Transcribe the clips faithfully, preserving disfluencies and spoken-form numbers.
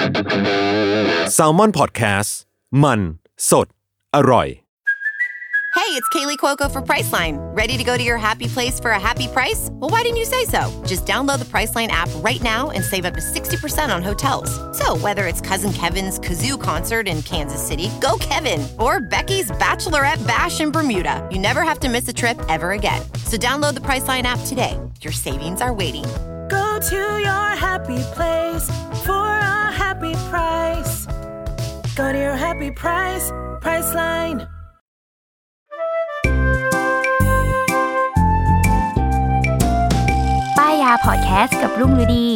Salmon Podcast มันสดอร่อย Hey, it's Kaylee Cuoco for Priceline. Ready to go to your happy place for a happy price? Well, why didn't you say so? Just download the Priceline app right now and save up to sixty percent on hotels. So, whether it's Cousin Kevin's Kazoo concert in Kansas City, go Kevin, or Becky's Bachelorette Bash in Bermuda, you never have to miss a trip ever again. So, download the Priceline app today. Your savings are waiting. Go to your happy place for a happy price. Go to your happy price, Priceline. ป้ายยาพอดแคสต์กับรุ่งฤดี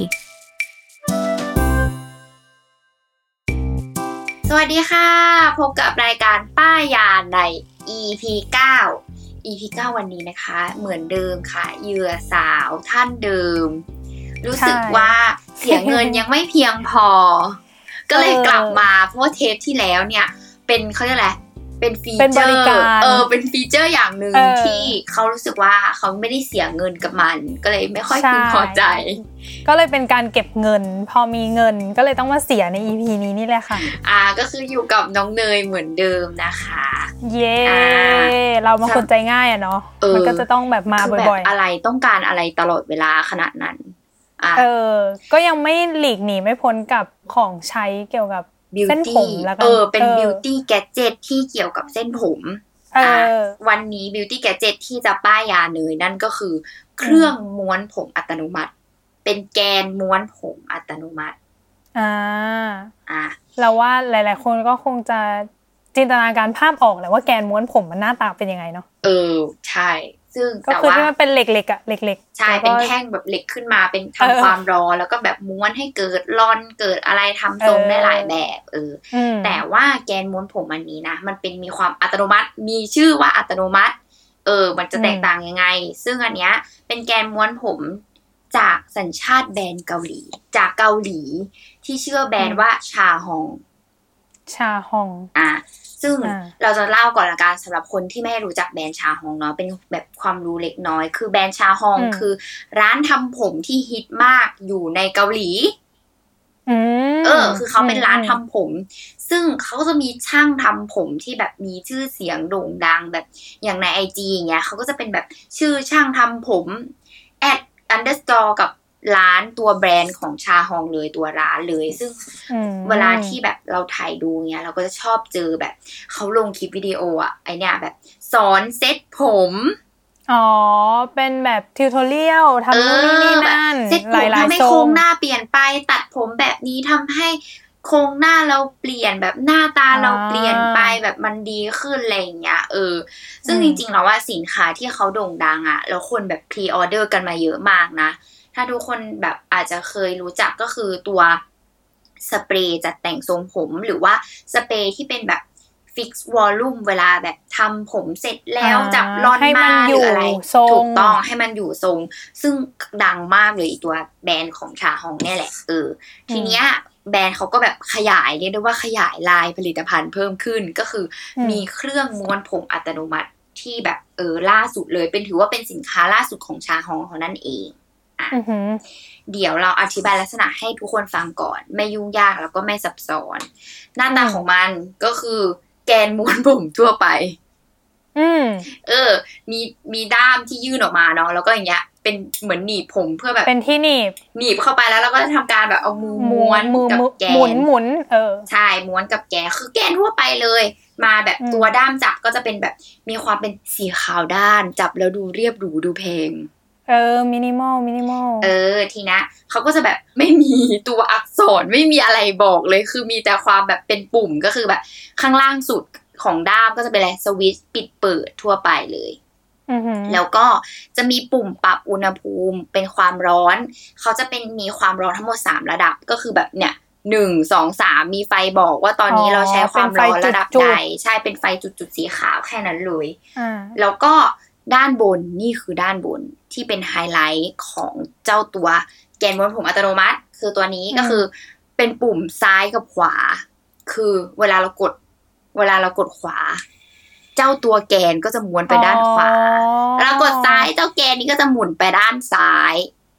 สวัสดีค่ะพบกับรายการป้ายยาใน อี พี เก้า อี พี เก้า วันนี้นะคะเหมือนเดิมค่ะเหยื่อสาวท่านเดิมรู้สึกว่าเสียเงินยังไม่เพียงพอก็เลยกลับมาเพราะว่าเทปที่แล้วเนี่ยเป็นเขาเรียกอะไรเป็นฟีเจอร์เออเป็นฟีเจอร์อย่างนึงที่เขารู้สึกว่าเขาไม่ได้เสียเงินกับมันก็เลยไม่ค่อยพึงพอใจก็เลยเป็นการเก็บเงินพอมีเงินก็เลยต้องมาเสียใน อี พี นี้นี่แหละค่ะอ่าก็คืออยู่กับน้องเนยเหมือนเดิมนะคะเย้เรามาคนใจง่ายอ่ะเนาะมันก็จะต้องแบบมาบ่อยๆอะไรต้องการอะไรตลอดเวลาขนาดนั้นอ่ะเออก็ยังไม่หลีกหนีไม่พ้นกับของใช้เกี่ยวกับเส้นผมแล้วกันเออเป็น beauty gadget ที่เกี่ยวกับเส้นผมอ่ะวันนี้ beauty gadget ที่จะป้ายยาเนยนั่นก็คือเครื่องม้วนผมอัตโนมัติเป็นแกนม้วนผมอัตโนมัติอ่าอ่ะเราว่าหลายๆคนก็คงจะจินตนาการภาพออกแหละว่าแกนม้วนผมมันหน้าตาเป็นยังไงเนาะเออใช่ซึ่งแต่ว่าก็คือที่มันเป็นเหล็กๆอ่ะเหล็กๆใช่เป็นแท่งแบบเหล็กขึ้นมาเป็นทำความร้อนแล้วก็แบบม้วนให้เกิดร่อนเกิดอะไรทำทรงได้หลายแบบเออแต่ว่าแกนม้วนผมอันนี้นะมันเป็นมีความอัตโนมัติมีชื่อว่าอัตโนมัติเออมันจะแตกต่างยังไงซึ่งอันเนี้ยเป็นแกนม้วนผมจากสัญชาติแบรนด์เกาหลีจากเกาหลีที่ชื่อแบรนด์ว่าชาฮองชาฮองอ่ะซึ่งเราจะเล่าก่อนละกันสำหรับคนที่ไม่รู้จักแบรนด์ชาฮองเนาะเป็นแบบความรู้เล็กน้อยคือแบรนด์ชาฮองคือร้านทำผมที่ฮิตมากอยู่ในเกาหลีเออคือเขาเป็นร้านทำผมซึ่งเขาจะมีช่างทำผมที่แบบมีชื่อเสียงโด่งดังแบบอย่างใน ไอ จี อย่างเงี้ยเขาก็จะเป็นแบบชื่อช่างทำผมแอด underscore กับร้านตัวแบรนด์ของชาฮองเลยตัวร้านเลยซึ่งเวลาที่แบบเราถ่ายดูเงี้ยเราก็จะชอบเจอแบบเขาลงคลิปวิดีโออ่ะไอเนี้ยแบบสอนเซ็ตผมอ๋อเป็นแบบทิวทอเรียลทำนู่นนี่นั่นเซ็ตผมทำให้โครงหน้าเปลี่ยนไปตัดผมแบบนี้ทำให้โครงหน้าเราเปลี่ยนแบบหน้าตาเราเปลี่ยนไปแบบมันดีขึ้นอะไรอย่างเงี้ยเออซึ่งจริงๆแล้วว่าสินค้าที่เขาโด่งดังอ่ะแล้วคนแบบพรีออเดอร์กันมาเยอะมากนะถ้าทุกคนแบบอาจจะเคยรู้จักก็คือตัวสเปรย์จัดแต่งทรงผมหรือว่าสเปรย์ที่เป็นแบบฟิกซ์วอลลุ่มเวลาแบบทำผมเสร็จแล้วจับร่อนมาหรืออะไรถูกต้องให้มันอยู่ทรงซึ่งดังมากเลยอีตัวแบรนด์ของชาฮองเนี่ยแหละเออทีเนี้ยแบรนด์เขาก็แบบขยายเรียกได้ว่าขยายลายผลิตภัณฑ์เพิ่มขึ้นก็คือมีเครื่องม้วนผมอัตโนมัติที่แบบเออล่าสุดเลยเป็นถือว่าเป็นสินค้าล่าสุดของชาฮองเขานั่นเองเดี๋ยวเราอธิบายลักษณะให้ทุกคนฟังก่อนไม่ยุ่งยากแล้วก็ไม่ซับซ้อนหน้าตาของมันก็คือแกนม้วนผมทั่วไปอืมเออมีมีด้ามที่ยื่นออกมาเนาะแล้วก็อย่างเงี้ยเป็นเหมือนหนีบผมเพื่อแบบเป็นที่หนีบหนีบเข้าไปแล้วเราก็จะทำการแบบเอามือม้วนกับแกนหมุนหมุนเออใช่ม้วนกับแกนคือแกนทั่วไปเลยมาแบบตัวด้ามจับก็จะเป็นแบบมีความเป็นสีขาวด้านจับแล้วดูเรียบหรูดูแพงเออมินิมอลมินิมอลเออทีนะเขาก็จะแบบไม่มีตัวอักษรไม่มีอะไรบอกเลยคือมีแต่ความแบบเป็นปุ่มก็คือแบบข้างล่างสุดของด้ามก็จะเป็นอะไรสวิตช์ปิดเปิดทั่วไปเลยแล้วก็จะมีปุ่มปรับอุณหภูมิเป็นความร้อนเขาจะเป็นมีความร้อนทั้งหมดสามระดับก็คือแบบเนี่ยหนึ่ง สอง สามมีไฟบอกว่าตอนนี้เราใช้ความร้อนระดับใดใช่เป็นไฟจุดๆสีขาวแค่นั้นเลยแล้วก็ด้านบนนี่คือด้านบนที่เป็นไฮไลท์ของเจ้าตัวแกนม้วนผมอัตโนมัติคือตัวนี้ก็คือเป็นปุ่มซ้ายกับขวาคือเวลาเรากดเวลาเรากดขวาเจ้าตัวแกนก็จะม้วนไปด้านขวาแล้วกดซ้ายเจ้าแกนนี้ก็จะหมุนไปด้านซ้าย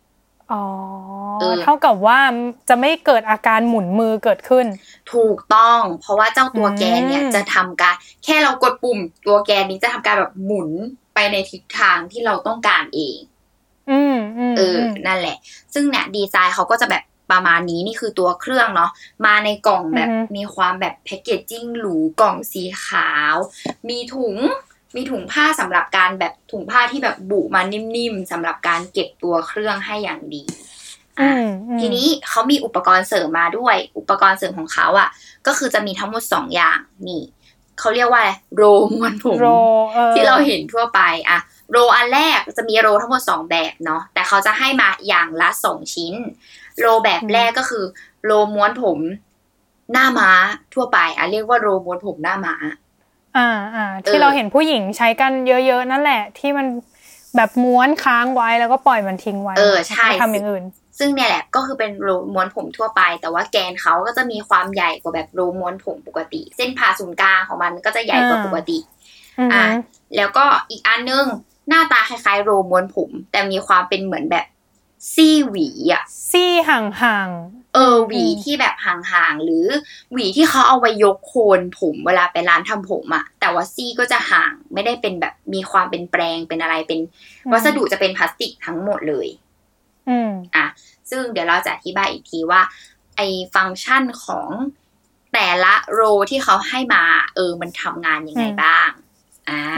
อ๋อเท่ากับว่าจะไม่เกิดอาการหมุนมือเกิดขึ้นถูกต้องเพราะว่าเจ้าตัวแกนเนี่ยจะทำการแค่เรากดปุ่มตัวแกนนี้จะทำการแบบหมุนไปในทิศทางที่เราต้องการเองอืมเออนั่นแหละซึ่งเนี่ยดีไซน์เขาก็จะแบบประมาณนี้นี่คือตัวเครื่องเนาะมาในกล่องแบบมีความแบบแพคเกจจิ้งหรูกล่องสีขาวมีถุงมีถุงผ้าสำหรับการแบบถุงผ้าที่แบบบุมานิ่มๆสำหรับการเก็บตัวเครื่องให้อย่างดีอ่ะทีนี้เขามีอุปกรณ์เสริมมาด้วยอุปกรณ์เสริมของเขาอ่ะก็คือจะมีทั้งหมดสองอย่างนี่เขาเรียกว่าอะไรโรม้วนผมที่เราเห็นทั่วไปอ่ะโรอันแรกจะมีโรทั้งหมดสองแบบเนาะแต่เขาจะให้มาอย่างละสองชิ้นโรแบบแรกก็คือโรม้วนผมหน้าม้าทั่วไปอ่ะเรียกว่าโรม้วนผมหน้าม้าอ่าอ่าที่เราเห็นผู้หญิงใช้กันเยอะๆนั่นแหละที่มันแบบม้วนค้างไว้แล้วก็ปล่อยมันทิ้งไว้เออใช่ทำอย่างอื่นซึ่งเนี่ยแหละก็คือเป็นโรม้วนผมทั่วไปแต่ว่าแกนเขาก็จะมีความใหญ่กว่าแบบโรม้วนผมปกติเส้นผ่าศูนย์กลางของมันก็จะใหญ่กว่าปกติอ่าแล้วก็อีกอันนึงหน้าตาคล้ายๆโรม้วนผมแต่มีความเป็นเหมือนแบบซี่หวีอ่ะซี่ห่างๆเออหวีที่แบบห่างๆหรือหวีที่เขาเอาไว้ยกโคนผมเวลาไปร้านทำผมอ่ะแต่ว่าซี่ก็จะห่างไม่ได้เป็นแบบมีความเป็นแปรงเป็นอะไรเป็นวัสดุจะเป็นพลาสติกทั้งหมดเลยอืมอ่ะซึ่งเดี๋ยวเราจะอธิบายอีกทีว่าไอ้ฟังก์ชันของแต่ละโรที่เขาให้มาเออมันทำงานยังไงบ้างอ่า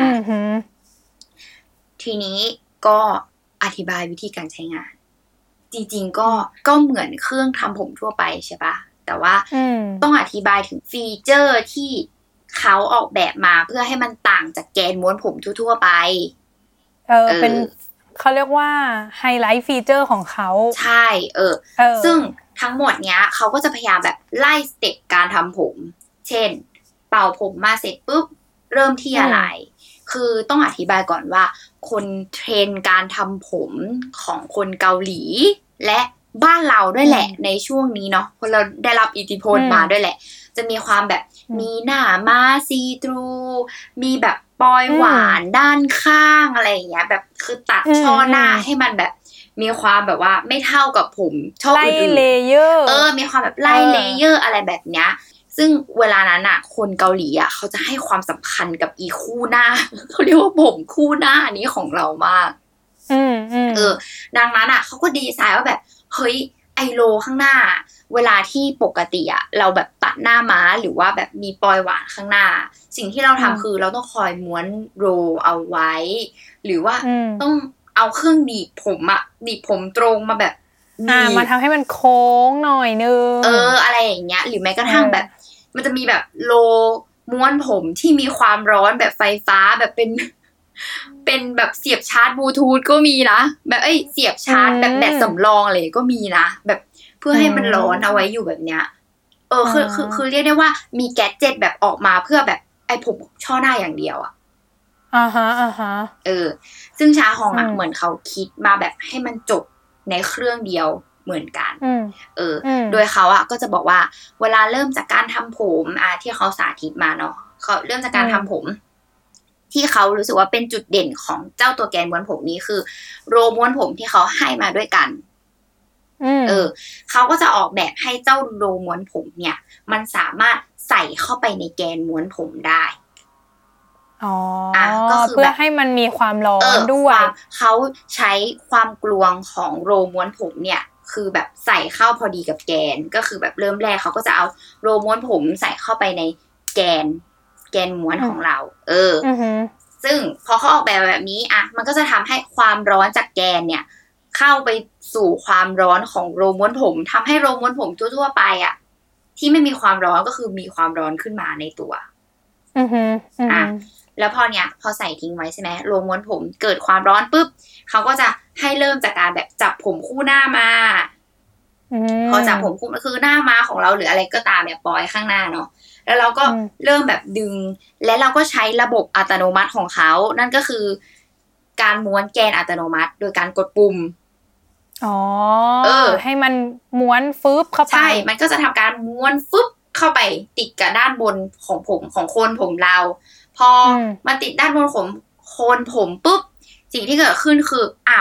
ทีนี้ก็อธิบายวิธีการใช้งานจริงๆก็ก็เหมือนเครื่องทำผมทั่วไปใช่ปะแต่ว่าต้องอธิบายถึงฟีเจอร์ที่เขาออกแบบมาเพื่อให้มันต่างจากแกนม้วนผมทั่วๆไปเออเป็นเขาเรียกว่าไฮไลท์ฟีเจอร์ของเขาใช่เออซึ่งทั้งหมดเนี้ยเขาก็จะพยายามแบบไล่สเต็ปการทำผมเช่นเป่าผมมาเสร็จปุ๊บเริ่มที่อะไรคือต้องอธิบายก่อนว่าคนเทรนการทำผมของคนเกาหลีและบ้านเราด้วยแหละในช่วงนี้เนาะคนเราได้รับอิทธิพลมาด้วยแหละจะมีความแบบมีหน้าม้าซีทรูมีแบบปลอยหวานด้านข้างอะไรอย่างเงี้ยแบบคือตัดช่อหน้าให้มันแบบมีความแบบว่าไม่เท่ากับผมช่ออื่นๆไล่เลเยอร์เออมีความแบบไล่เลเยอร์อะไรแบบเนี้ยซึ่งเวลานั้นอ่ะคนเกาหลีอ่ะเขาจะให้ความสำคัญกับอีคู่หน้าเขาเรียกว่าผมคู่หน้านี้ของเรามากอืมเออดังนั้นอ่ะเขาก็ดีไซน์ว่าแบบเฮ้ยไอโลข้างหน้าเวลาที่ปกติอ่ะเราแบบตัดหน้าม้าหรือว่าแบบมีปลอยหวานข้างหน้าสิ่งที่เราทำคือเราต้องคอยม้วนโรเอาไว้หรือว่าต้องเอาเครื่องหนีบผมอ่ะหนีบผมตรงมาแบบอ่ามาทำให้มันโค้งหน่อยนึงเอออะไรอย่างเงี้ยหรือแม้กระทั่งแบบมันจะมีแบบโลม้วนผมที่มีความร้อนแบบไฟฟ้าแบบเป็นเป็นแบบเสียบชาร์จบลูทูธก็มีนะแบบเอ้ยเสียบชาร์จแบบแบตสำรองอะไรก็มีนะแบบเพื่อให้มันร้อนเอาไว้อยู่แบบเนี้ยเออคือคือคือเรียกได้ว่ามีแกดเจ็ตแบบออกมาเพื่อแบบไอ้ผมช่อหน้าอย่างเดียวอ่ะอ่าฮะอ่าฮะเออซึ่งชาฮองอ่ะเหมือนเขาคิดมาแบบให้มันจบในเครื่องเดียวเหมือนกันเออโดยเขาอ่ะก็จะบอกว่าเวลาเริ่มจากการทำผมอ่ะที่เขาสาธิตมาเนาะเขาเริ่มจากการทำผมที่เขารู้สึกว่าเป็นจุดเด่นของเจ้าตัวแกนม้วนผมนี้คือโรม้วนผมที่เขาให้มาด้วยกันเออเขาก็จะออกแบบให้เจ้าโรม้วนผมเนี่ยมันสามารถใส่เข้าไปในแกนม้วนผมได้อ๋ออ่ะก็คือเพื่อให้มันมีความร้อนด้วยเขาใช้ความกลวงของโรม้วนผมเนี่ยคือแบบใส่เข้าพอดีกับแกนก็คือแบบเริ่มแรกเขาก็จะเอาโรม้วนผมใส่เข้าไปในแกนแกนม้วนของเราเออซึ่งพอเขาออกแบบแบบนี้อ่ะมันก็จะทำให้ความร้อนจากแกนเนี่ยเข้าไปสู่ความร้อนของโรม้วนผมทำให้โรม้วนผมทั่วๆไปอ่ะที่ไม่มีความร้อนก็คือมีความร้อนขึ้นมาในตัวอือฮึอ่ะแล้วพอเนี่ยพอใส่ทิ้งไว้ใช่ไหมโรม้วนผมเกิดความร้อนปุ๊บเขาก็จะให้เริ่มจากการแบบจับผมคู่หน้ามาพอจับผมคู่คือหน้าม้าของเราหรืออะไรก็ตามแบบปล่อยข้างหน้าเนาะแล้วเราก็เริ่มแบบดึงและเราก็ใช้ระบบอัตโนมัติของเขานั่นก็คือการม้วนแกนอัตโนมัติโดยการกดปุ่มอ๋อเออให้มันม้วนฟึบเข้าไปใช่มันก็จะทำการม้วนฟึบเข้าไปติดกับด้านบนของผมของโคนผมเราพอมาติดด้านบนของโคนผมปุ๊บสิ่งที่เกิดขึ้นคืออ้าว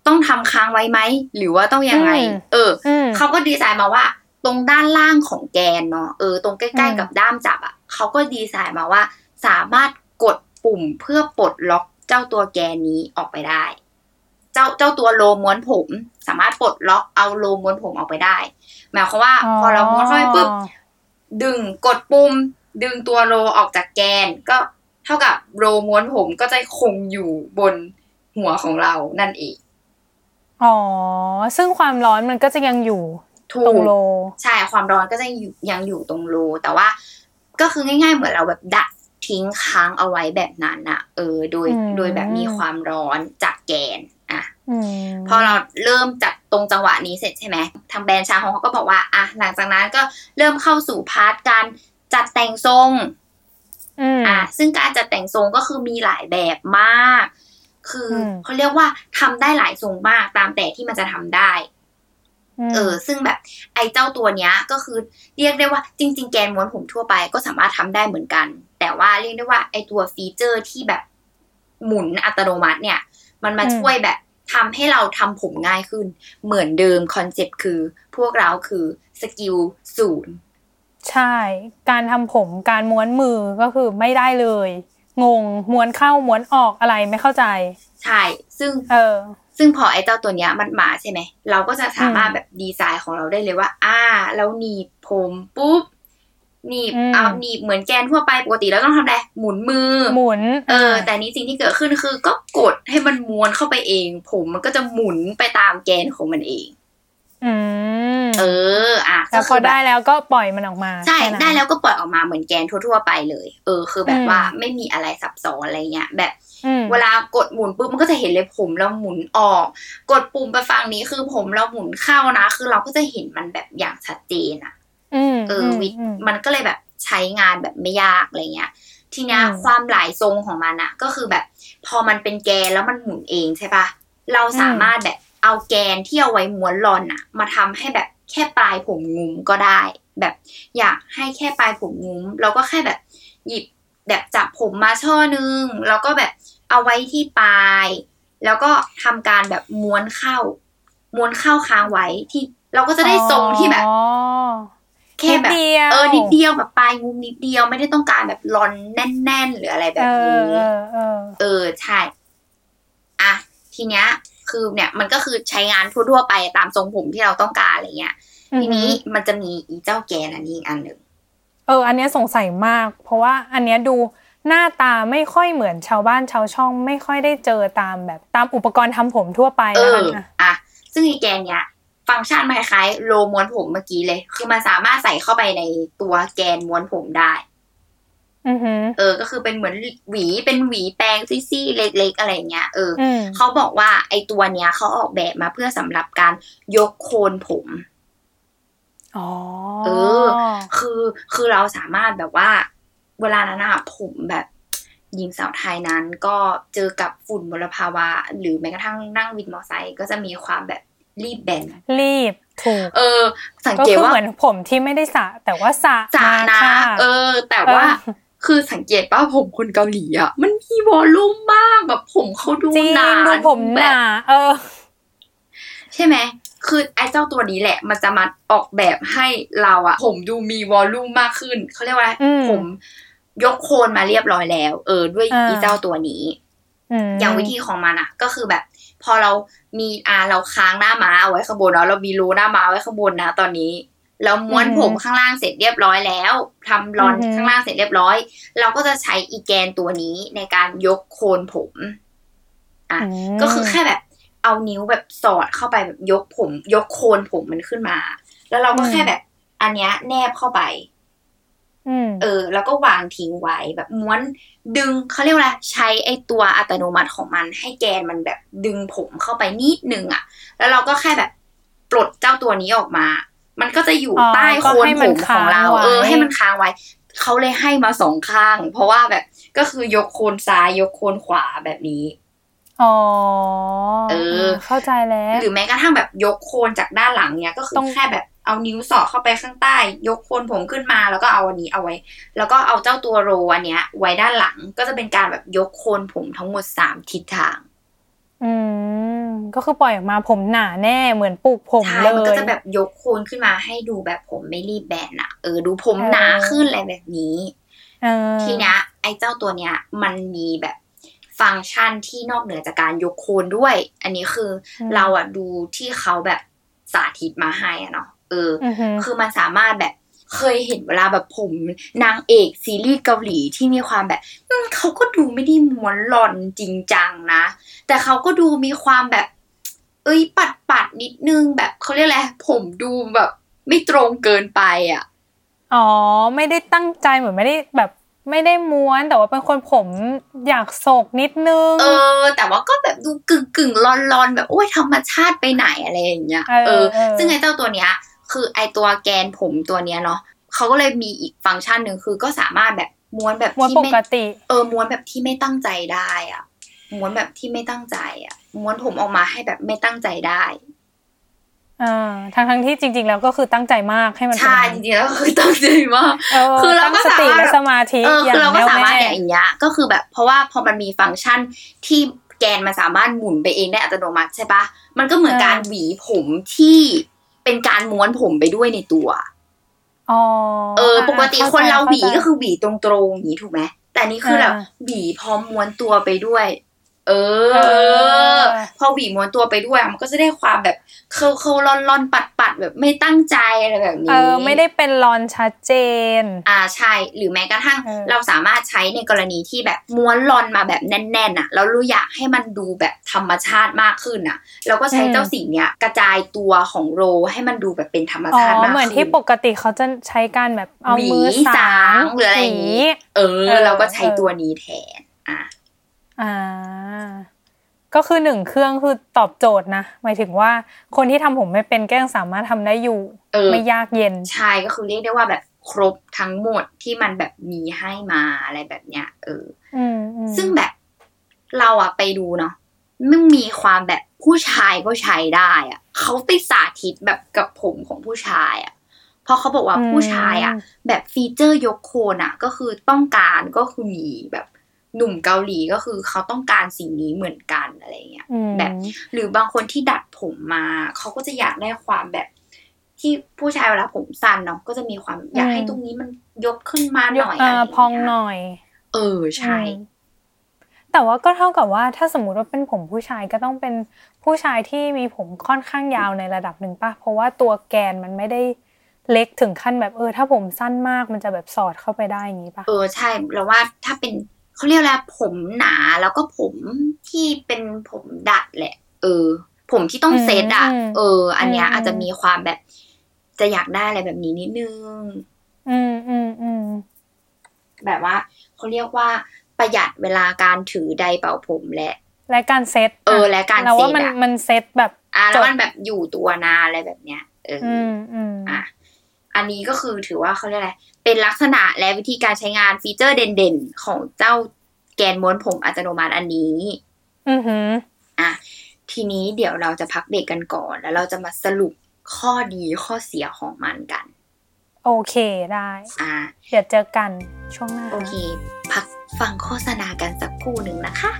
ต้องทำค้างไว้ไหมหรือว่าต้องยังไงเออเขาก็ดีไซน์มาว่าตรงด้านล่างของแกนเนาะเออตรงใกล้ๆกับด้ามจับอ่ะเขาก็ดีไซน์มาว่าสามารถกดปุ่มเพื่อปลดล็อกเจ้าตัวแกนนี้ออกไปได้เจ้าเจ้าตัวโลม้วนผมสามารถปลดล็อกเอาโลม้วนผมออกไปได้หมายความว่าพอเราม้วนเข้าไปปุ๊บดึงกดปุ่มดึงตัวโลออกจากแกนก็เท่ากับโลม้วนผมก็จะคงอยู่บนหัวของเรานั่นเองอ๋อซึ่งความร้อนมันก็จะยังอยู่ตรงโลใช่ความร้อนก็จะยังอยู่ตรงโลแต่ว่าก็คือง่ายๆเหมือนเราแบบดักทิ้งค้างเอาไว้แบบนั้นน่ะเออโดยโดยแบบมีความร้อนจากแกนอ่ะพอเราเริ่มจัดตรงจังหวะนี้เสร็จใช่ไหมทางแบรนด์ชาฮงเขาก็บอกว่าอ่ะหลังจากนั้นก็เริ่มเข้าสู่พาร์ทการจัดแต่งทรงอ่ะซึ่งการจัดแต่งทรงก็คือมีหลายแบบมากคือเขาเรียกว่าทำได้หลายทรงมากตามแต่ที่มันจะทำได้เออซึ่งแบบไอ้เจ้าตัวเนี้ยก็คือเรียกได้ว่าจริงๆแกนม้วนผมทั่วไปก็สามารถทำได้เหมือนกันแต่ว่าเรียกได้ว่าไอ้ตัวฟีเจอร์ที่แบบหมุนอัตโนมัติเนี่ยมันมาช่วยแบบทำให้เราทำผมง่ายขึ้นเหมือนเดิมคอนเซ็ปต์คือพวกเราคือสกิลศูนย์ใช่การทำผมการม้วนมือก็คือไม่ได้เลยงงม้วนเข้าม้วนออกอะไรไม่เข้าใจใช่ซึ่งเออซึ่งพอไอ้เจ้าตัวเนี้ยมันมาใช่ไหมเราก็จะสามารถแบบดีไซน์ของเราได้เลยว่าอ่าแล้วหนีบผมปุ๊บหนีบเอาหนีบเหมือนแกนทั่วไปปกติแล้วต้องทำอะไรหมุนมือหมุนเออแต่นี้สิ่งที่เกิดขึ้นคือก็กดให้มันม้วนเข้าไปเองผมมันก็จะหมุนไปตามแกนของมันเองอืมเอออ่ะแล้วพอได้แล้วก็ปล่อยมันออกมาใช่ได้แล้วก็ปล่อยออกมาเหมือนแกนทั่วๆไปเลยเออคือแบบว่าไม่มีอะไรซับซ้อนอะไรเงี้ยแบบเวลากดหมุนปุ๊บมันก็จะเห็นเลยผมเราหมุนออกกดปุ่มไปฝั่งนี้คือผมเราหมุนเข้านะคือเราก็จะเห็นมันแบบอย่างชัดเจนอ่ะเออวิมันก็เลยแบบใช้งานแบบไม่ยากอะไรเงี้ยทีเนี้ยความหลายทรงของมันอ่ะก็คือแบบพอมันเป็นแกนแล้วมันหมุนเองใช่ปะเราสามารถแบบเอาแกนที่เอาไว้ม้วนรอนอ่ะมาทำให้แบบแค่ปลายผมงุ้มก็ได้แบบอยากให้แค่ปลายผมงุ้มเราก็แค่แบบหยิบแบบจับผมมาช่อนึงแล้วก็แบบเอาไว้ที่ปลายแล้วก็ทำการแบบม้วนเข้าม้วนเข้าค้างไว้ที่เราก็จะได้ทรงที่แบบแค่แบบเออนิดเดียวแบบปลายงุ้มนิดเดียวไม่ได้ต้องการแบบรอนแน่นๆหรืออะไรแบบนี้เออเออเออใช่อ่ะทีเนี้ยคือเนี่ยมันก็คือใช้งานทั่วๆไปตามทรงผมที่เราต้องการอะไรเงี้ยทีนี้มันจะมีอีเจ้าแกนอันนี้อีกอันหนึ่งเอออันเนี้ยสงสัยมากเพราะว่าอันเนี้ยดูหน้าตาไม่ค่อยเหมือนชาวบ้านชาวช่องไม่ค่อยได้เจอตามแบบตามอุปกรณ์ทำผมทั่วไปนะคะอ่ะซึ่งอีแกนเนี้ยฟังก์ชันมันคล้ายๆโลม้วนผมเมื่อกี้เลยคือมันสามารถใส่เข้าไปในตัวแกนม้วนผมได้อือฮึเออก็คือเป็นเหมือนหวีเป็นหวีแปรงซี่ๆเล็กๆอะไรเงี้ยเออเขาบอกว่าไอ้ตัวเนี้ยเขาออกแบบมาเพื่อสำหรับการยกโคนผมอ๋อเออคือคือเราสามารถแบบว่าเวลานั้นอะผมแบบหญิงสาวไทยนั้นก็เจอกับฝุ่นมลภาวะหรือแม้กระทั่งนั่งวินมอเตอร์ไซค์ก็จะมีความแบบรีบแบนรีบถูกเออสังเกตว่าเหมือนผมที่ไม่ได้สระแต่ว่าสระมานะเออแต่ว่าคือสังเกตป่ะผมคนเกาหลีอ่ะมันมีวอลลุ่มมากแบบผมเขาดูหนาดูผมหนาเออใช่ไหมคือไอ้เจ้าตัวนี้แหละมันจะมาออกแบบให้เราอ่ะผมดูมีวอลลุ่มมากขึ้นเขาเรียกว่าผมยกโคนมาเรียบร้อยแล้วเออด้วยอีเจ้าตัวนี้อย่างวิธีของมันอ่ะก็คือแบบพอเรามีอ่าเราค้างหน้าม้าเอาไว้ข้างบนเนาะเรามีรูหน้าม้าไว้ข้างบนนะตอนนี้เราม้วนผมข้างล่างเสร็จเรียบร้อยแล้วทำรอนข้างล่างเสร็จเรียบร้อยเราก็จะใช้อีแกนตัวนี้ในการยกโคนผมอ่ะก็คือแค่แบบเอานิ้วแบบสอดเข้าไปแบบยกผมยกโคนผมมันขึ้นมาแล้วเราก็แค่แบบอันเนี้ยแนบเข้าไปเออแล้วก็วางทิ้งไว้แบบม้วนดึงเขาเรียกว่าอะไรใช้ไอตัวอัตโนมัติของมันให้แกนมันแบบดึงผมเข้าไปนิดนึงอ่ะแล้วเราก็แค่แบบปลดเจ้าตัวนี้ออกมามันก็จะอยู่ใต้โคนผมของเราเออให้มันค้างไว้เขาเลยให้มาสองข้างเพราะว่าแบบก็คือยกโคนซ้ายยกโคนขวาแบบนี้อ๋อเออเข้าใจแล้วหรือแม้กระทั่งแบบยกโคนจากด้านหลังเนี้ยก็คือแค่แบบเอานิ้วสอดเข้าไปข้างใต้ยกโคนผมขึ้นมาแล้วก็เอาอันนี้เอาไว้แล้วก็เอาเจ้าตัวโรอันเนี้ยไว้ด้านหลังก็จะเป็นการแบบยกโคนผมทั้งหมดสามทิศทางอืมก็คือปล่อยออกมาผมหนาแน่เหมือนปลูกผมเลยมันก็จะแบบยกโคนขึ้นมาให้ดูแบบผมไม่รีบแบนอะเออดูผมหนาขึ้นอะไรแบบนี้ทีเนี้ยไอ้เจ้าตัวเนี้ยมันมีแบบฟังก์ชันที่นอกเหนือจากการยกโคนด้วยอันนี้คือเราอะดูที่เขาแบบสาธิตมาให้อะเนาะเออคือมันสามารถแบบเคยเห็นเวลาแบบผมนางเอกซีรีส์เกาหลีที่มีความแบบเขาก็ดูไม่ได้ม้วนหล่อนจริงจังนะแต่เขาก็ดูมีความแบบเอ้ยปัดปัดนิดนึงแบบเขาเรียกอะไรผมดูแบบไม่ตรงเกินไปอ่ะอ๋อไม่ได้ตั้งใจเหมือนไม่ได้แบบไม่ได้ม้วนแต่ว่าเป็นคนผมอยากโศกนิดนึงเออแต่ว่าก็แบบดูกึ่งกึ่งลอนๆแบบโอ้ยธรรมชาติไปไหนอะไรอย่างเงี้ยเออซึ่งไอ้เจ้าตัวเนี้ยคือไอตัวแกนผมตัวเนี้ยเนาะเขาก็เลยมีอีกฟังก์ชันหนึ่งคือก็สามารถแบบม้วนแบบที่ไม่เออม้วนแบบที่ไม่ตั้งใจได้อ่ะม้วนแบบที่ไม่ตั้งใจอ่ะม้วนผมออกมาให้แบบไม่ตั้งใจได้อ่าทั้งทั้งที่จริงๆแล้วก็คือตั้งใจมากให้มันใช่จริงๆแล้วคือตั้งใจมากคือเราก็สติและสมาธิอย่างเราก็สามารถอย่างเงี้ยก็คือแบบเพราะว่าพอมันมีฟังก์ชันที่แกนมันสามารถหมุนไปเองได้อัตโนมัติใช่ปะมันก็เหมือนการหวีผมที่เป็นการม้วนผมไปด้วยในตัวอ๋อเออปกติคนเราหวีก็คือหวีตรงๆอย่างนี้ถูกไหมแต่นี่คือแบบหวีพร้อมม้วนตัวไปด้วยเออพอหวีม้วนตัวไปด้วยมันก็จะได้ความแบบเคิร์ลๆล่อนๆปัดๆแบบไม่ตั้งใจอะไรแบบนี้เออไม่ได้เป็นลอนชัดเจนอ่าใช่หรือแม้กระทั่งเราสามารถใช้ในกรณีที่แบบม้วนลอนมาแบบแน่นๆอ่ะแล้วเราอยากให้มันดูแบบธรรมชาติมากขึ้นอ่ะเราก็ใช้เจ้าสิ่งเนี้ยกระจายตัวของโรให้มันดูแบบเป็นธรรมชาติมากขึ้นอ๋อเหมือนที่ปกติเขาจะใช้การแบบเอามือสางหรืออะไรอย่างงี้เออเราก็ใช้ตัวนี้แทนอ่ะอ่าก็คือหนึ่งเครื่องคือตอบโจทย์นะหมายถึงว่าคนที่ทำผมไม่เป็นก็ยังสามารถทำได้อยู่ไม่ยากเย็นใช่ก็คือเรียกได้ว่าแบบครบทั้งหมดที่มันแบบมีให้มาอะไรแบบเนี้ยเออซึ่งแบบเราอะไปดูเนาะมันมีความแบบผู้ชายก็ใช้ได้อะเขาไปสาธิตแบบกับผมของผู้ชายอะเพราะเขาบอกว่าผู้ชายอะแบบฟีเจอร์ยกโคนอะก็คือต้องการก็คือมีแบบหนุ่มเกาหลีก็คือเขาต้องการสิ่งนี้เหมือนกันอะไรเงี้ยแบบหรือบางคนที่ดัดผมมาเขาก็จะอยากได้ความแบบที่ผู้ชายเวลาผมสั้นเนาะก็จะมีความอยากให้ตรงนี้มันยกขึ้นมาหน่อยอะไรพองหน่อยเออใช่แต่ว่าก็เท่ากับว่าถ้าสมมุติว่าเป็นผมผู้ชายก็ต้องเป็นผู้ชายที่มีผมค่อนข้างยาวในระดับหนึ่งป่ะเพราะว่าตัวแกนมันไม่ได้เล็กถึงขั้นแบบเออถ้าผมสั้นมากมันจะแบบสอดเข้าไปได้อย่างงี้ป่ะเออใช่แล้วว่าถ้าเป็นเขาเรียกอะไรผมหนาแล้วก็ผมที่เป็นผมดัดแหละเออผมที่ต้องเซตอ่ะเอออันเนี้ยอาจจะมีความแบบจะอยากได้อะไรแบบนี้นิดนึงอืมอืมอืมแบบว่าเขาเรียกว่าประหยัดเวลาการถือไดร์เป่าผมและและการเซตเออและการเซตแล้วว่ามันมันเซตแบบอ่ะแล้วมันแบบอยู่ตัวนานอะไรแบบเนี้ยเอออืมอืมอ่ะอันนี้ก็คือถือว่าเขาเรียกอะไรเป็นลักษณะและวิธีการใช้งานฟีเจอร์เด่นๆของเจ้าแกนม้วนผมอัตโนมัติอันนี้อือหืออ่ะทีนี้เดี๋ยวเราจะพักเบรกกันก่อนแล้วเราจะมาสรุปข้อดีข้อเสียของมันกันโอเคได้อ่ะเดี๋ยวเจอกันช่วงหน้าโอเคพักฟังโฆษณากันสักครู่หนึ่งนะคะ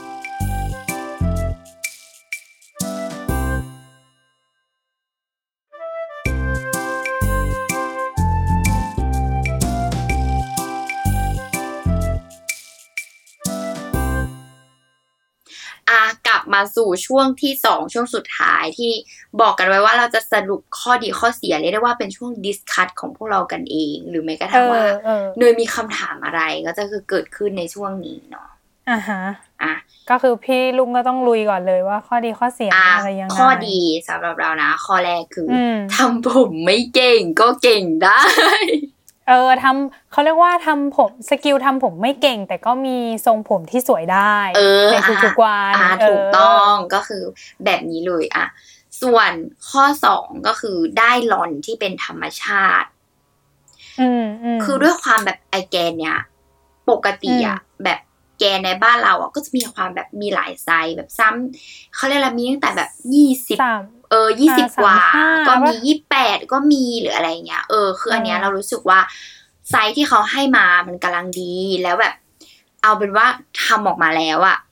กลับมาสู่ช่วงที่สองช่วงสุดท้ายที่บอกกันไว้ว่าเราจะสรุปข้อดีข้อเสียเรียกได้ว่าเป็นช่วงดิสคัสของพวกเรากันเองหรือแม้กระทั่งว่าเนยมีคำถามอะไรก็จะคือเกิดขึ้นในช่วงนี้เนาะอ่าฮะอ่ะก็คือพี่ลุงก็ต้องลุยก่อนเลยว่าข้อดีข้อเสียอะไรยังไงข้อดีสำหรับเรานะข้อแรกคือทำผมไม่เก่งก็เก่งได้เออทำเขาเรียกว่าทำผมสกิลทำผมไม่เก่งแต่ก็มีทรงผมที่สวยได้ในทุกๆวันถูกต้องก็คือแบบนี้เลยอ่ะส่วนข้อสองก็คือได้ลอนที่เป็นธรรมชาติคือด้วยความแบบไอแกนเนี่ยปกติอ่ะแบบแกนในบ้านเราอ่ะก็จะมีความแบบมีหลายไซส์แบบซ้ำเขาเรียกอะไรมีตั้งแต่แบบยี่สิบเออยี่สิบกว่าก็มียี่สิบแปดก็มีหรืออะไรเงี้ยเออคืออันเนี้ยเรารู้สึกว่าไซส์ที่เขาให้มามันกำลังดีแล้วแบบเอาเป็นว่าทำออกมาแล้วอะ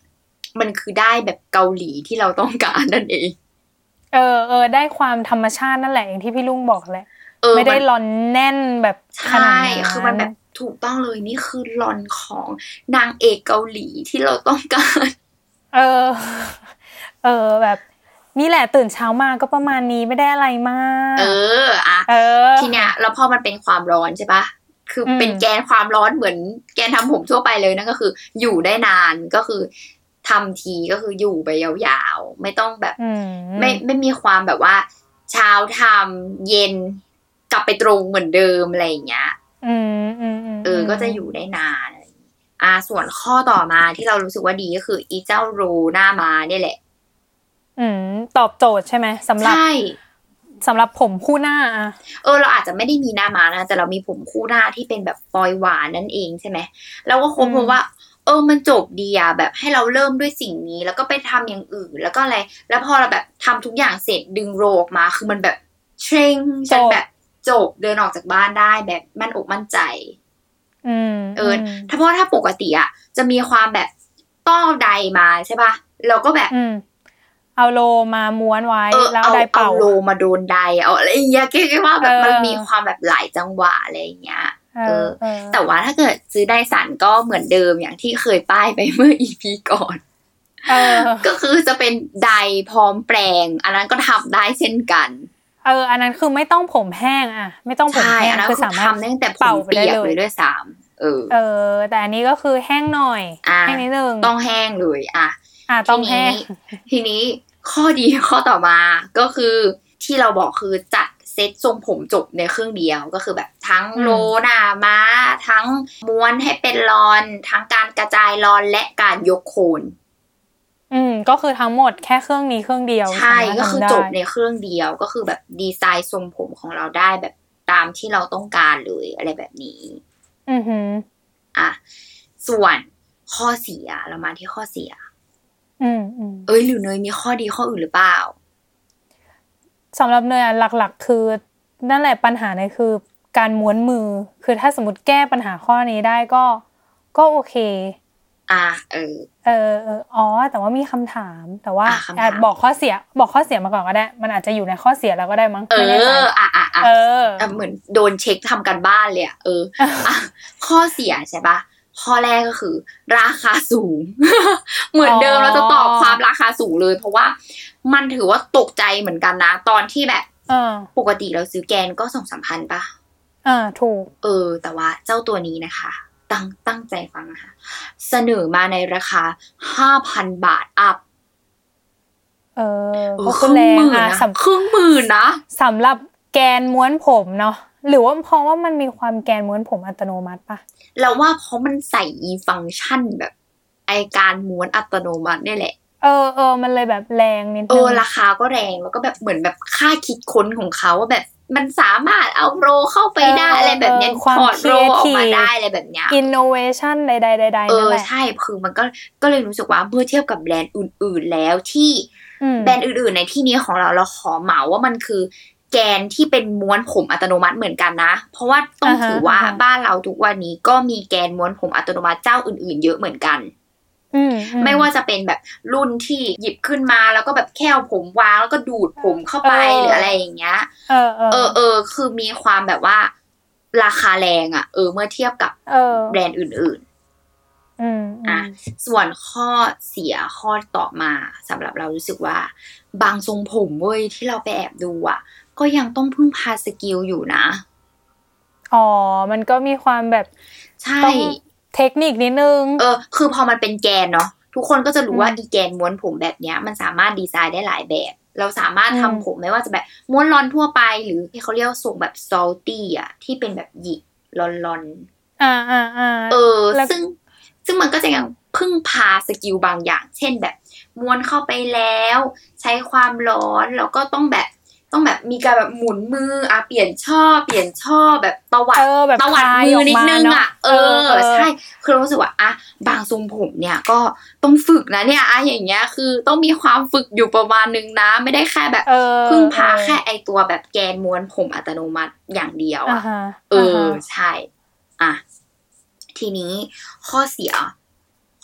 มันคือได้แบบเกาหลีที่เราต้องการนั่นเองเออเออได้ความธรรมชาตินั่นแหละอย่างที่พี่ลุงบอกแหละไม่ได้ลอนแน่นแบบขนาดนั้นคือมันแบบถูกต้องเลยนี่คือลอนของนางเอกเกาหลีที่เราต้องการเออเออแบบนี่แหละตื่นเช้ามาก็ประมาณนี้ไม่ได้อะไรมากเอออ่ะทีเนี้ยแล้วพอมันเป็นความร้อนใช่ปะคือเป็นแกนความร้อนเหมือนแกนทำผมทั่วไปเลยนั่นก็คืออยู่ได้นานก็คือทำทีก็คืออยู่ไปยาวๆไม่ต้องแบบไม่ไม่มีความแบบว่าเช้าทำเย็นกลับไปตรงเหมือนเดิมอะไรอย่างเงี้ยอืมอืมเออก็จะอยู่ได้นานอะไรอ่าส่วนข้อต่อมาที่เรารู้สึกว่าดีก็คืออีเจ้าโรหน้าม้าเนี่ยแหละอืมตอบโจทย์ใช่ไหมสำหรับใช่สำหรับผมคู่หน้าอ่ะเออเราอาจจะไม่ได้มีหน้าม้านะแต่เรามีผมคู่หน้าที่เป็นแบบปลอยหวานนั่นเองใช่ไหมเราก็ค้นพบว่าเออมันจบดีอ่ะแบบให้เราเริ่มด้วยสิ่งนี้แล้วก็ไปทำอย่างอื่นแล้วก็อะไรแล้วพอเราแบบทำทุกอย่างเสร็จดึงโรออกมาคือมันแบบเทรนฉันแบบจบเดินออกจากบ้านได้แบบมั่นอกมั่นใจอืมเออถ้าเพราะถ้าปกติอ่ะจะมีความแบบต้อใดมาใช่ป่ะเราก็แบบเอาโลมาม้วนไว้แล้วไดเป่าเอาโลมาโดนไดเอาอะไรอย่างเงี้ยคิดว่าแบบมันมีความแบบหลายจังหวะอะไรอย่างเงี้ยเออแต่ว่าถ้าเกิดซื้อไดสันก็เหมือนเดิมอย่างที่เคยป้ายไปเมื่อ อี พี ก่อนก็คือจะเป็นไดพร้อมแปรงอันนั้นก็ทำได้เช่นกันเอออันนั้นคือไม่ต้องผมแห้งอ่ะไม่ต้องผมแห้งคือสามารถทำได้ตั้งแต่ผมเปียกเลยด้วยซ้ำเออเออแต่อันนี้ก็คือแห้งหน่อยแห้งนิดนึงต้องแห้งเลยอ่ะอ่ะต้องแห้งทีนี้ข้อดีข้อต่อมาก็คือที่เราบอกคือจัดเซ็ตทรงผมจบในเครื่องเดียวก็คือแบบทั้งโรหน้าม้าทั้งม้วนให้เป็นรอนทั้งการกระจายรอนและการยกโคนอืมก็คือทั้งหมดแค่เครื่องนี้เครื่องเดียวใช่ก็คือจบในเครื่องเดียวก็คือแบบดีไซน์ทรงผมของเราได้แบบตามที่เราต้องการเลยอะไรแบบนี้อือหืออ่ะส่วนข้อเสียเรามาที่ข้อเสียอืมอืมเอ้ยหรือเนยมีข้อดีข้ออื่นหรือเปล่าสำหรับเนยหลักๆคือนั่นแหละปัญหาเนี่ยคือการม้วนมือคือถ้าสมมติแก้ปัญหาข้อนี้ได้ก็ก็โอเคอ่ะเออเออเอออ๋อแต่ว่ามีคำถามแต่ว่าแอบบอกข้อเสียบอกข้อเสียมาก่อนก็ได้มันอาจจะอยู่ในข้อเสียแล้วก็ได้มั้งเอออ่ะอ่ะอ่ะเออเหมือนโดนเช็คทำกันบ้านเลยอ่ะเอออ่ะข้อเสียใช่ปะข้อแรกก็คือราคาสูง เหมือนเดิมเราจะตอบความราคาสูงเลยเพราะว่ามันถือว่าตกใจเหมือนกันนะตอนที่แบบปกติเราซื้อแกนก็ สองถึงสามพัน ป่ะอ่าถูกเออแต่ว่าเจ้าตัวนี้นะคะตั้งตั้งใจฟังนะคะเสนอมาในราคา ห้าพัน บาทอัพเออก็คือแรงอ่ะครึ่งหมื่นนะสำหรับแกนม้วนผมเนาะหรือว่าเพราะว่ามันมีความแกนม้วนผมอัตโนมัติป่ะเราว่าเพราะมันใส่อีฟังก์ชันแบบไอการม้วนอัตโนมัตินี่แหละเออเออมันเลยแบบแรงนิดนึงเออราคาก็แรงแล้วก็แบบเหมือนแบบค่าคิดค้นของเขาว่าแบบมันสามารถเอาโรเข้าไปได้อะไรแบบเนี้ยถอดโรออกมาได้อะไรแบบเนี้ย innovation ใดๆๆๆเออใช่คือมันก็ก็เลยรู้สึกว่าเมื่อเทียบกับแบรนด์อื่นๆแล้วที่แบรนด์อื่นๆในที่นี้ของเราเราขอเหมาว่ามันคือแกนที่เป็นม้วนผมอัตโนมัติเหมือนกันนะเพราะว่าต้องถือว่าบ้านเราทุกวันนี้ก็มีแกนม้วนผมอัตโนมัติเจ้าอื่นๆเยอะเหมือนกันไม่ว่าจะเป็นแบบรุ่นที่หยิบขึ้นมาแล้วก็แบบแค่ผมวางแล้วก็ดูดผมเข้าไปหรืออะไรอย่างเงี้ยเออเออเออคือมีความแบบว่าราคาแรงอ่ะเออเมื่อเทียบกับแบรนด์อื่นๆอืมอ่ะส่วนข้อเสียข้อต่อมาสำหรับเรารู้สึกว่าบางทรงผมเว้ยที่เราไปแอบดูอ่ะก็ยังต้องพึ่งพาสกิลอยู่นะอ๋อมันก็มีความแบบใช่เทคนิคนิดนึงเออคือพอมันเป็นแกนเนาะทุกคนก็จะรู้ว่าอีแกนม้วนผมแบบเนี้ยมันสามารถดีไซน์ได้หลายแบบเราสามารถทำผมไม่ว่าจะแบบม้วนรอนทั่วไปหรือที่เขาเรียกว่าทรงแบบซอลตี้อ่ะที่เป็นแบบหยิกรอนๆอ่าอ่าอ่าเออซึ่งซึ่งมันก็จะยังพึ่งพาสกิลบางอย่างเช่นแบบม้วนเข้าไปแล้วใช้ความร้อนแล้วก็ต้องแบบต้องแบบมีการแบบหมุนมืออ่ะเปลี่ยนช่อเปลี่ยนช่อแบบตวัดตวัดมือนิดนึงอ่ะเออใช่คือรู้สึกว่าอ่ะบางทรงผมเนี่ยก็ต้องฝึกนะเนี่ยอ่ะอย่างเงี้ยคือต้องมีความฝึกอยู่ประมาณนึงนะไม่ได้แค่แบบพึ่งพาแค่ไอตัวแบบแกนม้วนผมอัตโนมัติอย่างเดียวอ่ะเออใช่อ่ะทีนี้ข้อเสีย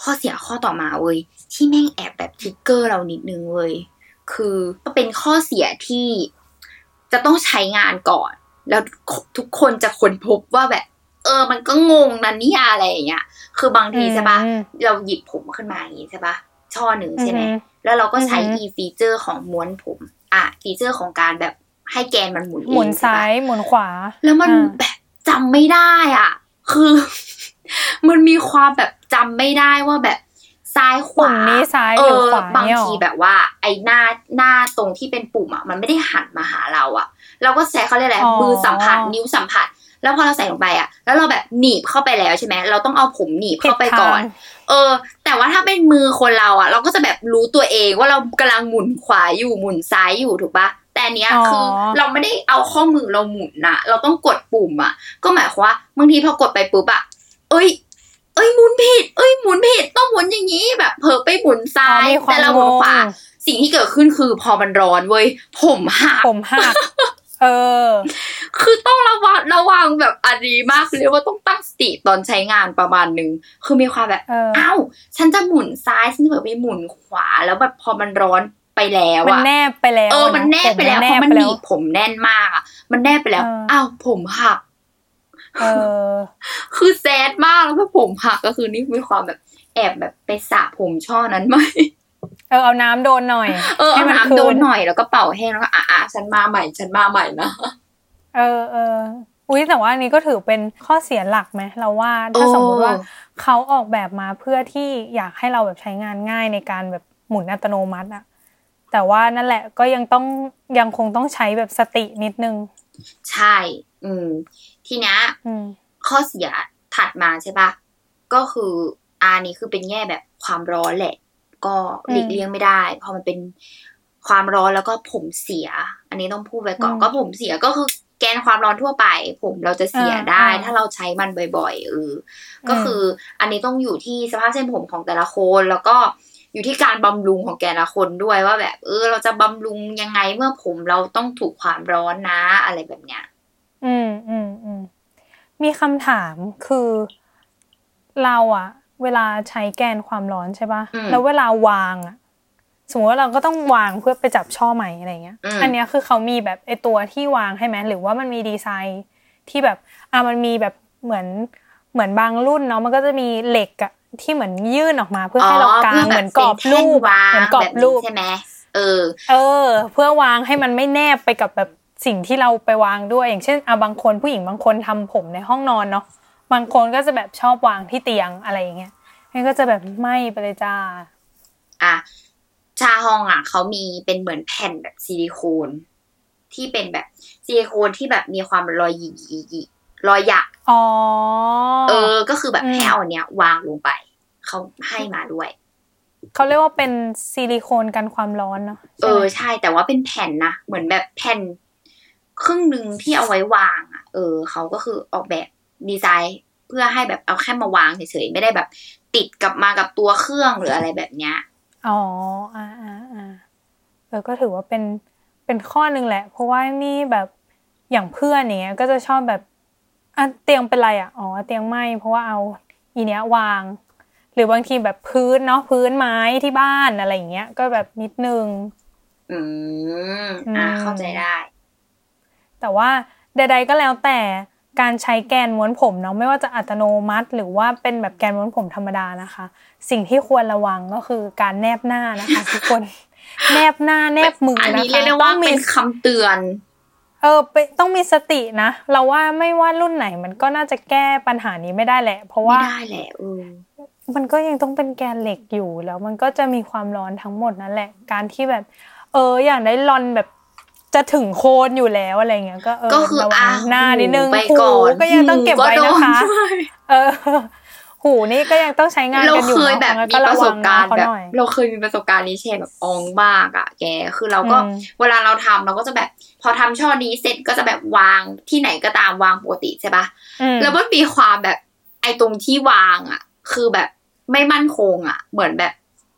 ข้อเสียข้อต่อมาเว้ยที่แม่งแอบแบบทริกเกอร์เรานิดนึงเว้ยคือเป็นข้อเสียที่จะต้องใช้งานก่อนแล้วทุกคนจะค้นพบว่าแบบเออมันก็งงนะเนี่ยอะไรอย่างเงี้ยคือบางทีใช่ปะเราหยิบผมขึ้นมาอย่างงี้ใช่ปะช่อหนึ่งใช่ไหมแล้วเราก็ใช้ e ฟีเจอร์ของม้วนผมอ่ะฟีเจอร์ของการแบบให้แกนมันหมุนเองหมุนซ้ายหมุนขวาแล้วมันแบบจำไม่ได้อ่ะคือมันมีความแบบจำไม่ได้ว่าแบบซ้ายขวานี้ซ้ายหรือขวาบางทีแบบว่าไอ้หน้าหน้าตรงที่เป็นปุ่มอ่ะมันไม่ได้หันมาหาเราอ่ะเราก็ใช้เขาเรียกอะไรมือสัมผัสนิ้วสัมผัสแล้วพอเราใส่ลงไปอ่ะแล้วเราแบบหนีบเข้าไปแล้วใช่ไหมเราต้องเอาผมหนีบเข้าไปก่อนเออแต่ว่าถ้าเป็นมือคนเราอ่ะเราก็จะแบบรู้ตัวเองว่าเรากำลังหมุนขวาอยู่หมุนซ้ายอยู่ถูกปะแต่เนี้ยคือเราไม่ได้เอาข้อมือเราหมุนนะเราต้องกดปุ่มอ่ะก็หมายความว่าบางทีพอกดไปปุ๊บอ่ะเอ้ยเอ้ยหมุนผิดเอ้ยหมุนผิดต้องหมุนอย่างนี้แบบเผลอไปหมุนซ้ายแต่เราหมุนขวาสิ่งที่เกิดขึ้นคือพอมันร้อนเว้ยผมหักผมหักเออคือต้องระวังระวังแบบอันนี้มากเลยว่าต้องตั้งสติตอนใช้งานประมาณนึงคือมีความแบบอ้าวฉันจะหมุนซ้ายฉันเผลอไปหมุนขวาแล้วแบบพอมันร้อนไปแล้วอะมันแนบไปแล้วเออมันแนบไปแล้วเพราะมันหนีบผมแน่นมากอะมันแนบไปแล้วอ้าวผมหักเออคือแซดมากแล้วพอผมหักก็คือนี่มีความแบบแอบแบบไปสระผมช่อนั้นไหมเออเอาน้ำโดนหน่อยเออเอาน้ำโดนหน่อยแล้วก็เป่าแห้งแล้วก็อ่ะๆฉันมาใหม่ฉันมาใหม่นะเออเอออุ๊ยแต่ว่าอันนี้ก็ถือเป็นข้อเสียหลักไหมเราว่าถ้าสมมติว่าเขาออกแบบมาเพื่อที่อยากให้เราแบบใช้งานง่ายในการแบบหมุนอัตโนมัติอะแต่ว่านั่นแหละก็ยังต้องยังคงต้องใช้แบบสตินิดนึงใช่อืมทีนี้ข้อเสียถัดมาใช่ปะก็คืออันนี้คือเป็นแง่แบบความร้อนแหละก็หลีกเลี่ยงไม่ได้พอมันเป็นความร้อนแล้วก็ผมเสียอันนี้ต้องพูดไว้ก่อนก็ผมเสียก็คือแกนความร้อนทั่วไปผมเราจะเสียได้ถ้าเราใช้มันบ่อยๆเออก็คืออันนี้ต้องอยู่ที่สภาพเส้นผมของแต่ละคนแล้วก็อยู่ที่การบำรุงของแต่ละคนด้วยว่าแบบเออเราจะบำรุงยังไงเมื่อผมเราต้องถูกความร้อนนะอะไรแบบเนี้ยอืมอืมอืมมีคำถามคือเราอะเวลาใช้แกนความร้อนใช่ป่ะแล้วเวลาวางอะสมมติว่าเราก็ต้องวางเพื่อไปจับช่อไหมอะไรเงี้ยอันเนี้ยคือเขามีแบบไอตัวที่วางให้ไหมหรือว่ามันมีดีไซน์ที่แบบอ่ะมันมีแบบเหมือนเหมือนบางรุ่นเนาะมันก็จะมีเหล็กอะที่เหมือนยื่นออกมาเพื่อให้เรากางเหมือนกรอบรูปเหมือนกรอบรูปใช่ไหมเออเออเพื่อวางให้มันไม่แนบไปกับแบบสิ่งที่เราไปวางด้วยอย่างเช่นอ่ะบางคนผู้หญิงบางคนทำผมในห้องนอนเนาะบางคนก็จะแบบชอบวางที่เตียงอะไรอย่างเงี้ยนี่ก็จะแบบไม่ไปเลยจ้าอ่ะชาฮองอ่ะเขามีเป็นเหมือนแผ่นแบบซิลิโคนที่เป็นแบบซิลิโคนที่แบบมีความรอยหยิกๆรอยหยักอ๋อเออก็คือแบบให้เอาเนี้ยวางลงไปเขาให้มาด้วยเขาเรียกว่าเป็นซิลิโคนกันความร้อนเนาะเออใช่แต่ว่าเป็นแผ่นนะเหมือนแบบแผ่นครึ่งนึงที่เอาไว้วางอ่ะเออเขาก็คือออกแบบดีไซน์เพื่อให้แบบเอาแค่มาวางเฉยๆไม่ได้แบบติดกับมากับตัวเครื่องหรืออะไรแบบเนี้ยอ๋ออ่าอ่าอ่าเออก็ถือว่าเป็นเป็นข้อนึงแหละเพราะว่านี่แบบอย่างเพื่อนเนี้ยก็จะชอบแบบอ่ะเตียงเป็นไรอ่ะอ๋อเตียงไหม้เพราะว่าเอาอีเนี้ยวางหรือบางทีแบบพื้นเนาะพื้นไม้ที่บ้านอะไรอย่างเงี้ยก็แบบนิดนึงอืมอ่าเข้าใจได้แต่ว่าใดๆก็แล้วแต่การใช้แกนม้วนผมเนาะไม่ว่าจะอัตโนมัติหรือว่าเป็นแบบแกนม้วนผมธรรมดานะคะสิ่งที่ควรระวังก็คือการแนบหน้านะคะทุกคนแนบหน้าแนบมือนะคะอันนี้เรียกได้ว่าเป็นคำเตือนเออต้องมีสตินะเราว่าไม่ว่ารุ่นไหนมันก็น่าจะแก้ปัญหานี้ไม่ได้แหละเพราะว่าไม่ได้แหละเออมันก็ยังต้องเป็นแกนเหล็กอยู่แล้วมันก็จะมีความร้อนทั้งหมดนั่นแหละการที่แบบเอออย่างได้รอนแบบจะถึงโคนอยู่แล้วอะไรเงี้ยก็เออระวังหน้านิดนึงหูก็ยังต้องเก็บไว้นะคะเออหูนี่ก็ยังต้องใช้งานกันอยู่เราเคยแบบมีประสบการณ์แบบเราเคยมีประสบการณ์นี้แชร์แบบอองมากอ่ะแกคือเราก็เวลาเราทำเราก็จะแบบพอทำช่อนี้เสร็จก็จะแบบวางที่ไหนก็ตามวางปกติใช่ปะแล้วมันมีความแบบไอ้ตรงที่วางอ่ะคือแบบไม่มั่นคงอ่ะเหมือนแบบ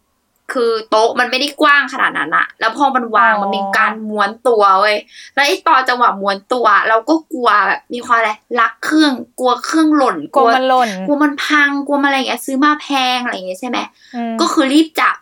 คือโต๊ะมันไม่ได้กว้างขนาดนั้นอะแล้วพอมันวางมันมีการม้วนตัวเว้ยแล้วไอ้ตอนจังหวะม้วนตัวเราก็กลัวแบบมีความอะไรรักเครื่องกลัวเครื่องหล่นกลัวมันหล่นกลัวมันพังกลัวมันอะไรอย่างเงี้ยซื้อมาแพงอะไรอย่างเงี้ยใช่ไหมก็คือรีบจับ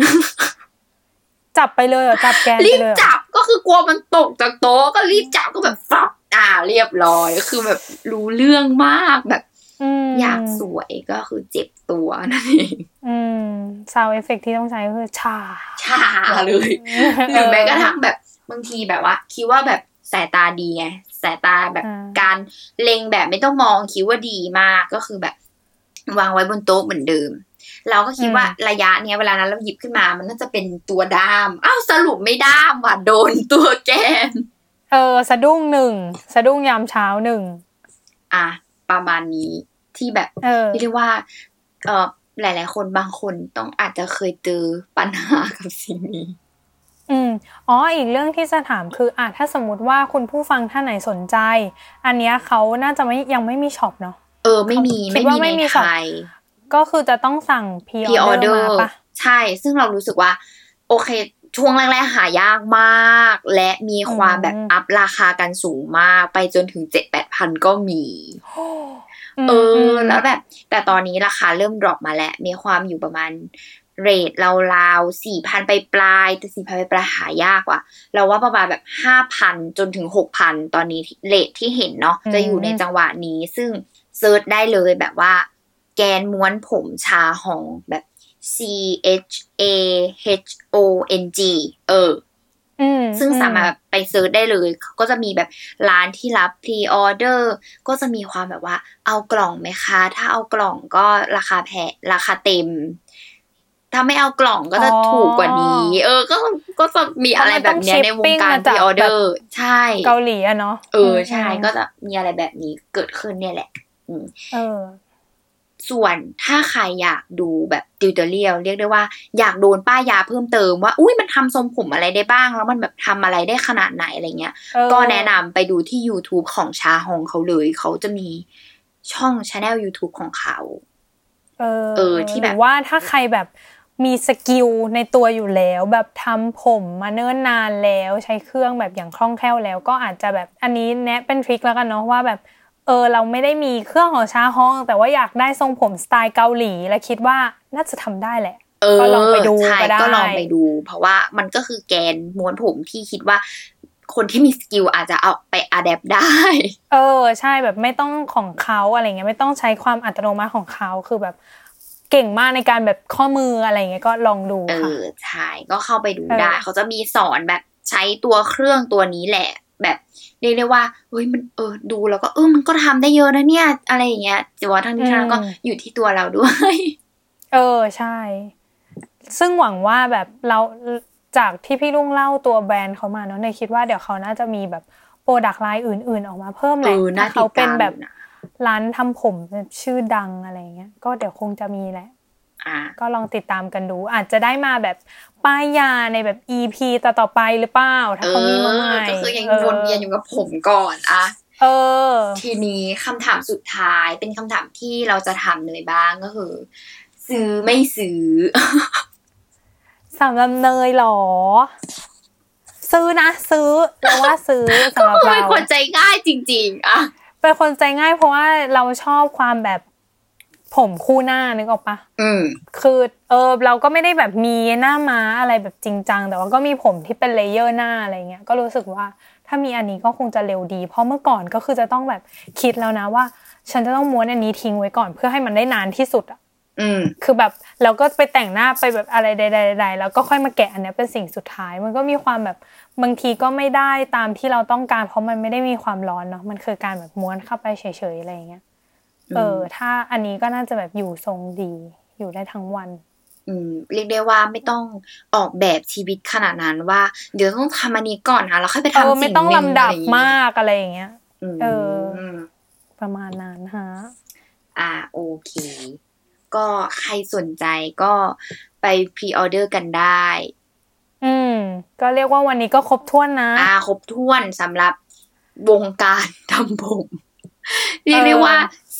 จับไปเลยเหรอจับแกนไปเลยรีบจับก็คือกลัวมันตกจากโต๊ะก็รีบจับก็แบบฟับอ่าเรียบร้อยก็คือแบบรู้เรื่องมากแบบอยากสวยก็คือเจ็บตัวนั่นเองอืมซาวด์เอฟเฟคที่ต้องใช้ก็คือชาชาเลยหรือแม้กระทั่งแบบบางทีแบบว่าคิดว่าแบบสายตาดีไงสายตาแบบการเล็งแบบไม่ต้องมองคิดว่าดีมากก็คือแบบวางไว้บนโต๊ะเหมือนเดิมเราก็คิดว่าระยะเนี้ยเวลานั้นเราหยิบขึ้นมามันน่าจะเป็นตัวด้ามอ้าวสรุปไม่ด้ามว่ะโดนตัวแกนเออสะดุ้งหนึ่งสะดุ้งยามเช้าหนึ่งอ่ะประมาณนี้ที่แบบที่เรียกว่าเอ่อหลายๆคนบางคนต้องอาจจะเคยเจอปัญหากับสิ่งนี้อืมอ๋ออีกเรื่องที่จะถามคืออ่ะถ้าสมมุติว่าคุณผู้ฟังท่านไหนสนใจอันเนี้ยเขาน่าจะไม่ยังไม่มีช็อปเนาะเออไม่มีไม่มีในไทยก็คือจะต้องสั่ง pre-order มาปะใช่ซึ่งเรารู้สึกว่าโอเคช่วงแรกๆหายากมากและมีความแบบอัพราคากันสูงมากไปจนถึง เจ็ดแปดพัน ก็มีเออแล้วแบบแต่ตอนนี้ราคาเริ่มดรอปมาแล้วมีความอยู่ประมาณเรทราวๆ สี่พัน ไปปลายแต่ สี่พัน ไปปลายหายากว่ะเราว่าประมาณแบบ ห้าพัน จนถึง หกพัน ตอนนี้เรทที่เห็นเนาะจะอยู่ในจังหวะนี้ซึ่งเซิร์ชได้เลยแบบว่าแกนม้วนผมชาฮองแบบ C H A H O N G เออซึ่งสามารถไปเซิร์ชได้เลยก็จะมีแบบร้านที่รับพรีออเดอร์ก็จะมีความแบบว่าเอากล่องไหมคะถ้าเอากล่องก็ราคาแพงราคาเต็มถ้าไม่เอากล่องก็จะถูกกว่านี้เออก็ก็จะมีอะไรแบบนี้ในวงการพรีออเดอร์ใช่เกาหลีอะเนาะเออใช่ก็จะมีอะไรแบบนี้เกิดขึ้นเนี่ยแหละอืมเออส่วนถ้าใครอยากดูแบบติวเตอเรียลเรียกได้ว่าอยากโดนป้ายยาเพิ่มเติมว่าอุ้ยมันทำทรงผมอะไรได้บ้างแล้วมันแบบทำอะไรได้ขนาดไหนอะไรเงี้ยก็แนะนำไปดูที่ YouTube ของชาฮองเขาเลยเขาจะมีช่อง channel YouTube ของเขาเออเออที่แบบว่าถ้าใครแบบมีสกิลในตัวอยู่แล้วแบบทำผมมาเนิ่นนานแล้วใช้เครื่องแบบอย่างคล่องแคล่วแล้วก็อาจจะแบบอันนี้แนะเป็นทริคแล้วกันเนาะว่าแบบเออเราไม่ได้มีเครื่องของชาฮองแต่ว่าอยากได้ทรงผมสไตล์เกาหลีและคิดว่าน่าจะทำได้แหละก็ลองไปดูก็ได้ก็ลองไปดูเพราะว่ามันก็คือแกนม้วนผมที่คิดว่าคนที่มีสกิลอาจจะเอาไปอะแดปได้เออใช่แบบไม่ต้องของเขาอะไรเงี้ยไม่ต้องใช้ความอัตโนมัติของเขาคือแบบเก่งมากในการแบบข้อมืออะไรเงี้ยก็ลองดูค่ะเออใช่ก็เข้าไปดูได้เขาจะมีสอนแบบใช้ตัวเครื่องตัวนี้แหละแบบเรียกได้ว่าเฮ้ยมันเออดูแล้วก็เออมันก็ทำได้เยอะนะเนี่ยอะไรอย่างเงี้ยแต่ว่าทั้งนี้ทั้งนั้นก็อยู่ที่ตัวเราด้วยเออใช่ซึ่งหวังว่าแบบเราจากที่พี่ลุงเล่าตัวแบรนด์เขามาเนาะเนยคิดว่าเดี๋ยวเขาน่าจะมีแบบโปรดักต์ไลน์อื่นๆออกมาเพิ่มแหละถ้าเขาเป็นแบบร้านทำผมชื่อดังอะไรเงี้ยก็เดี๋ยวคงจะมีแหละก็ลองติดตามกันดูอาจจะได้มาแบบป้ายยาในแบบ อี พี ต่อๆไปหรือเปล่าถ้าเขามีมาใหม่ก็คือยังวนเวียนอยู่กับผมก่อนอะเออทีนี้คำถามสุดท้ายเป็นคำถามที่เราจะถามเนยบ้างก็คือซื้อไม่ซื้อสำหรับเนยหรอซื้อนะซื้อเราว่าซื้อสำหรับเราเป็นคนใจง่ายจริงๆอะเป็นคนใจง่ายเพราะว่าเราชอบความแบบผมคู่หน้านึกออกปะอืมคือเออเราก็ไม่ได้แบบมีหน้าม้าอะไรแบบจริงจังแต่ว่าก็มีผมที่เป็นเลเยอร์หน้าอะไรเงี้ยก็รู้สึกว่าถ้ามีอันนี้ก็คงจะเร็วดีเพราะเมื่อก่อนก็คือจะต้องแบบคิดแล้วนะว่าฉันจะต้องม้วนอันนี้ทิ้งไว้ก่อนเพื่อให้มันได้นานที่สุดอ่ะอืมคือแบบเราก็ไปแต่งหน้าไปแบบอะไรใดๆๆแล้วก็ค่อยมาแกะอันนี้เป็นสิ่งสุดท้ายมันก็มีความแบบบางทีก็ไม่ได้ตามที่เราต้องการเพราะมันไม่ได้มีความร้อนเนาะมันคือการแบบม้วนเข้าไปเฉยๆอะไรเงี้ยเออถ้าอันนี้ก็น่าจะแบบอยู่ทรงดีอยู่ได้ทั้งวันอืมเรียกได้ว่าไม่ต้องออกแบบชีวิตขนาดนั้นว่าเดี๋ยวต้องทำอันนี้ก่อนนะแล้วค่อยไปทำสิ่งนึงไม่ต้องลำดับมากอะไรอย่างเงี้ยเออประมาณนั้นฮะอ่าโอเคก็ใครสนใจก็ไปพรีออเดอร์กันได้อืมก็เรียกว่าวันนี้ก็ครบถ้วนนะอ่าครบถ้วนสำหรับวงการทำผมเรียกได้ว่า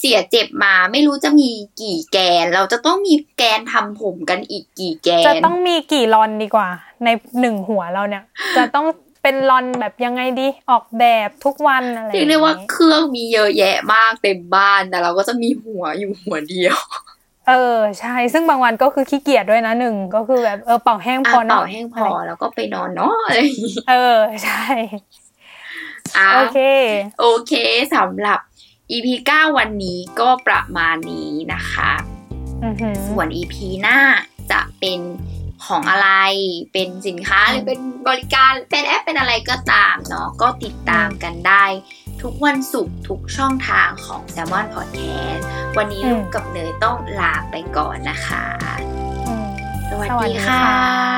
เสียเจ็บมาไม่รู้จะมีกี่แกนเราจะต้องมีแกนทำผมกันอีกกี่แกนจะต้องมีกี่ลอนดีกว่าในหนึ่งหัวเราเนี่ยจะต้องเป็นลอนแบบยังไงดีออกแบบทุกวันอะไรอย่างเงี้ยเรียกว่าเครื่องมีเยอะแยะมากเต็มบ้านแต่เราก็จะมีหัวอยู่หัวเดียวเออใช่ซึ่งบางวันก็คือขี้เกียจด้วยนะหนึ่งก็คือแบบเออเป่าแห้งพอเป่าแห้งพอแล้วก็ไปนอนเนาะอะไรเออใช่โอเคโอเคสำหรับ อี พี เก้าวันนี้ก็ประมาณนี้นะคะส่วน อี พี หน้าจะเป็นของอะไรเป็นสินค้าหรือเป็นบริการเป็นแอปเป็นอะไรก็ตามเนาะก็ติดตามกันได้ทุกวันศุกร์ทุกช่องทางของ Salmon Podcast วันนี้ลูกกับเนยต้องลาไปก่อนนะคะสวัสดีค่ะ